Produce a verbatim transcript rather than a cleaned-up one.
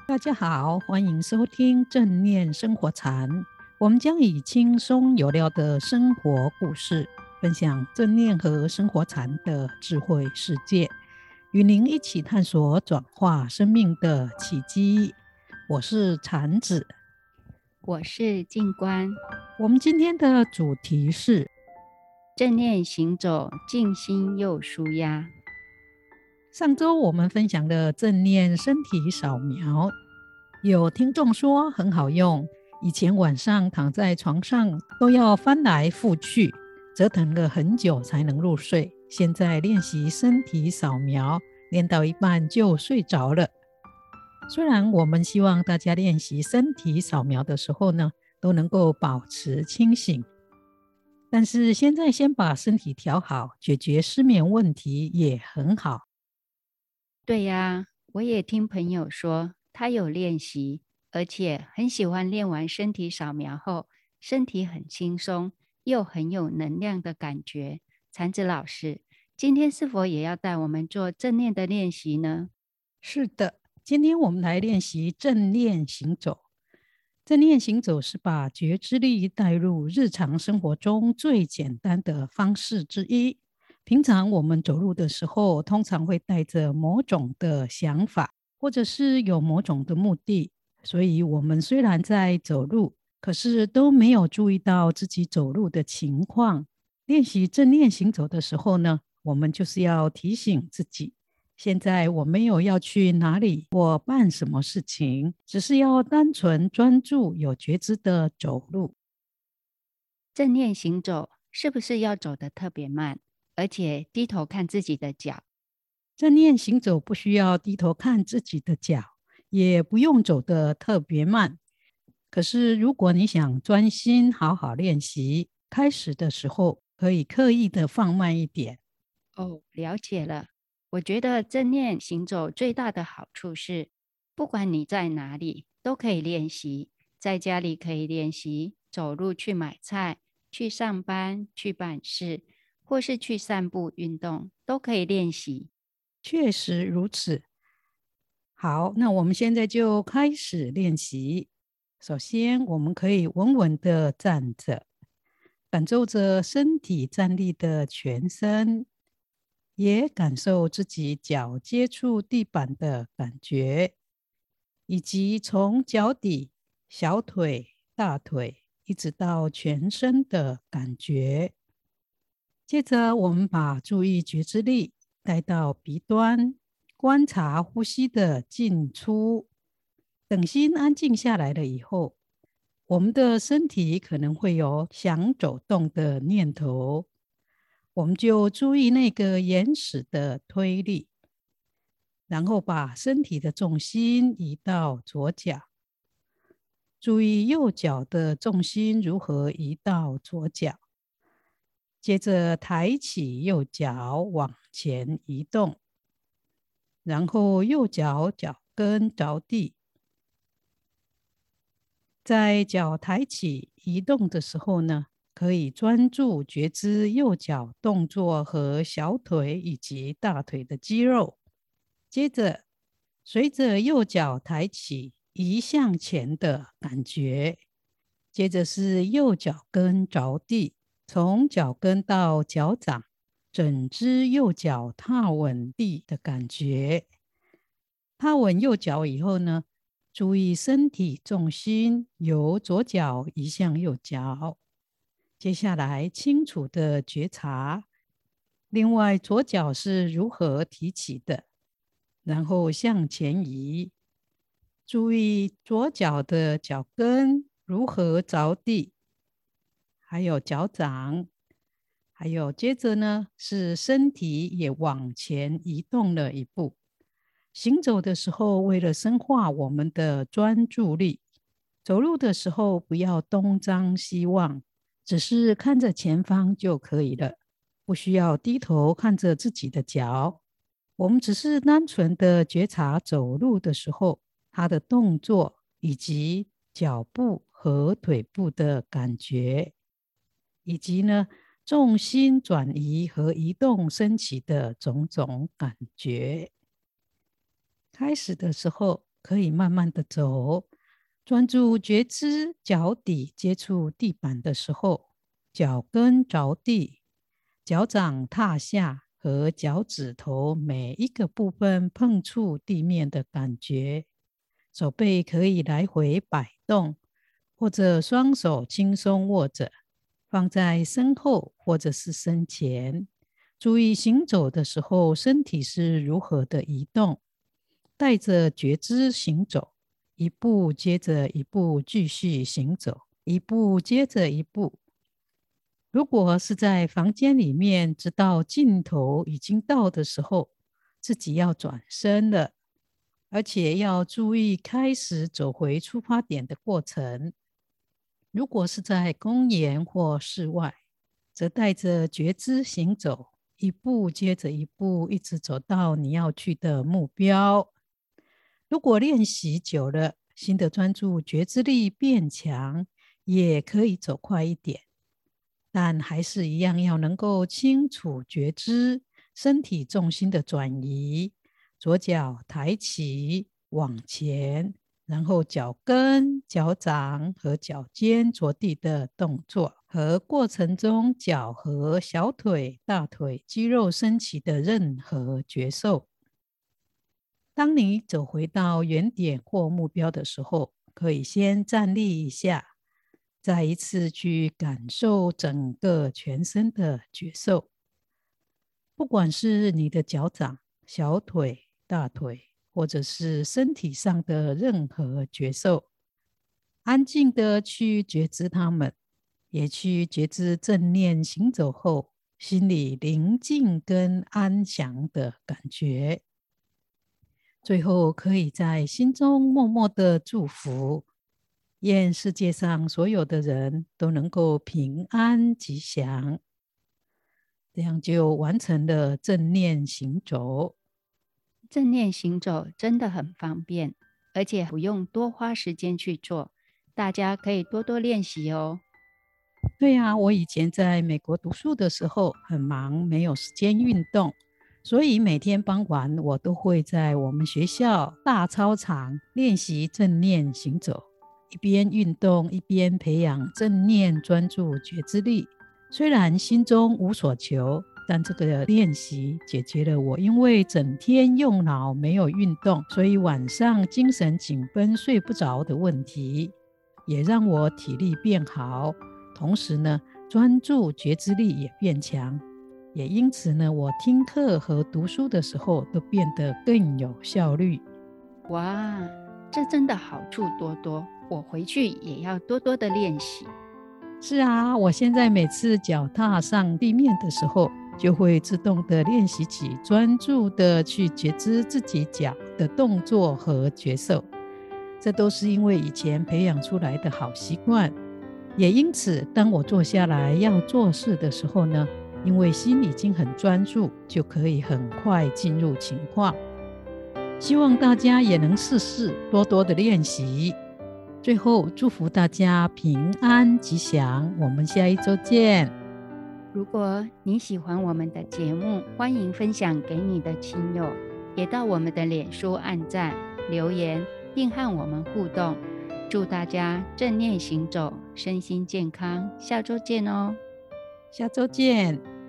大家好，欢迎收听正念生活禅。我们将以轻松有料的生活故事，分享正念和生活禅的智慧世界，与您一起探索转化生命的契机。我是禅子， 我是静观。 我们今天的主题是正念行走，静心又舒压。 上周我们分享的正念身体扫描，有听众说很好用，以前晚上躺在床上都要翻来覆去，折腾了很久才能入睡。现在练习身体扫描，练到一半就睡着了。虽然我们希望大家练习身体扫描的时候呢，都能够保持清醒，但是现在先把身体调好，解决失眠问题也很好。 对呀，我也听朋友说，他有练习，而且很喜欢练完身体扫描后，身体很轻松，又很有能量的感觉。禅子老师，今天是否也要带我们做正念的练习呢？ 是的，今天我们来练习正念行走。正念行走是把觉知力带入日常生活中最简单的方式之一。平常我们走路的时候，通常会带着某种的想法，或者是有某种的目的，所以我们虽然在走路，可是都没有注意到自己走路的情况。练习正念行走的时候呢，我们就是要提醒自己，现在我没有要去哪里或办什么事情，只是要单纯专注、有觉知的走路。 正念行走是不是要走得特别慢，而且低头看自己的脚？ 正念行走不需要低头看自己的脚，也不用走得特别慢。可是如果你想专心好好练习，开始的时候可以刻意的放慢一点。 哦，了解了。我觉得正念行走最大的好处是，不管你在哪里都可以练习，在家里可以练习，走路去买菜、去上班、去办事，或是去散步运动，都可以练习。 确实如此。好，那我们现在就开始练习。首先，我们可以稳稳的站着，感受着身体站立的全身，也感受自己脚接触地板的感觉，以及从脚底、小腿、大腿一直到全身的感觉。接着，我们把注意觉知力带到鼻端，观察呼吸的进出。等心安静下来了以后，我们的身体可能会有想走动的念头，我们就注意那个原始的推力，然后把身体的重心移到左脚，注意右脚的重心如何移到左脚。接着抬起右脚往前移动，然后右脚脚跟着地。在脚抬起移动的时候呢，可以专注觉知右脚动作和小腿以及大腿的肌肉。接着，随着右脚抬起移向前的感觉，接着是右脚跟着地，从脚跟到脚掌，整只右脚踏稳地的感觉。踏稳右脚以后呢，注意身体重心由左脚移向右脚。接下来清楚的觉察，另外左脚是如何提起的，然后向前移。注意左脚的脚跟如何着地，还有脚掌，还有接着呢是身体也往前移动了一步。行走的时候，为了深化我们的专注力，走路的时候不要东张西望，只是看着前方就可以了，不需要低头看着自己的脚。我们只是单纯的觉察走路的时候，它的动作以及脚步和腿部的感觉，以及呢重心转移和移动升起的种种感觉。开始的时候， 可以慢慢的走，专注觉知脚底接触地板的时候，脚跟着地，脚掌踏下和脚趾头每一个部分碰触地面的感觉。手背可以来回摆动，或者双手轻松握着，放在身后或者是身前。注意行走的时候，身体是如何的移动，带着觉知行走，一步接着一步继续行走，一步接着一步。如果是在房间里面，直到尽头已经到的时候，自己要转身了，而且要注意开始走回出发点的过程。如果是在公园或室外，则带着觉知行走，一步接着一步，一直走到你要去的目标。如果练习久了，心的专注觉知力变强，也可以走快一点，但还是一样要能够清楚觉知身体重心的转移，左脚抬起往前，然后脚跟、脚掌和脚尖着地的动作，和过程中脚和小腿、大腿肌肉升起的任何觉受。当你走回到原点或目标的时候，可以先站立一下，再一次去感受整个全身的觉受。不管是你的脚掌、小腿、大腿，或者是身体上的任何觉受，安静的去觉知它们，也去觉知正念行走后心里宁静跟安详的感觉。最后，可以在心中默默的祝福，愿世界上所有的人都能够平安吉祥。这样就完成了正念行走。 正念行走真的很方便，而且不用多花时间去做，大家可以多多练习哦。 对呀，我以前在美国读书的时候很忙，没有时间运动，所以每天傍晚我都会在我们学校大操场练习正念行走，一边运动一边培养正念专注觉知力。虽然心中无所求，但这个练习解决了我因为整天用脑没有运动，所以晚上精神紧绷睡不着的问题，也让我体力变好。同时呢，专注觉知力也变强，也因此呢，我听课和读书的时候都变得更有效率。 哇，这真的好处多多，我回去也要多多的练习。 是啊，我现在每次脚踏上地面的时候，就会自动的练习起专注的去觉知自己脚的动作和觉受，这都是因为以前培养出来的好习惯。也因此，当我坐下来要做事的时候呢，因为心已经很专注，就可以很快进入情况。希望大家也能试试，多多的练习。最后，祝福大家平安吉祥，我们下一周见。 如果你喜欢我们的节目，欢迎分享给你的亲友，也到我们的脸书按赞、留言，并和我们互动。祝大家正念行走，身心健康，下周见哦！ 下周见。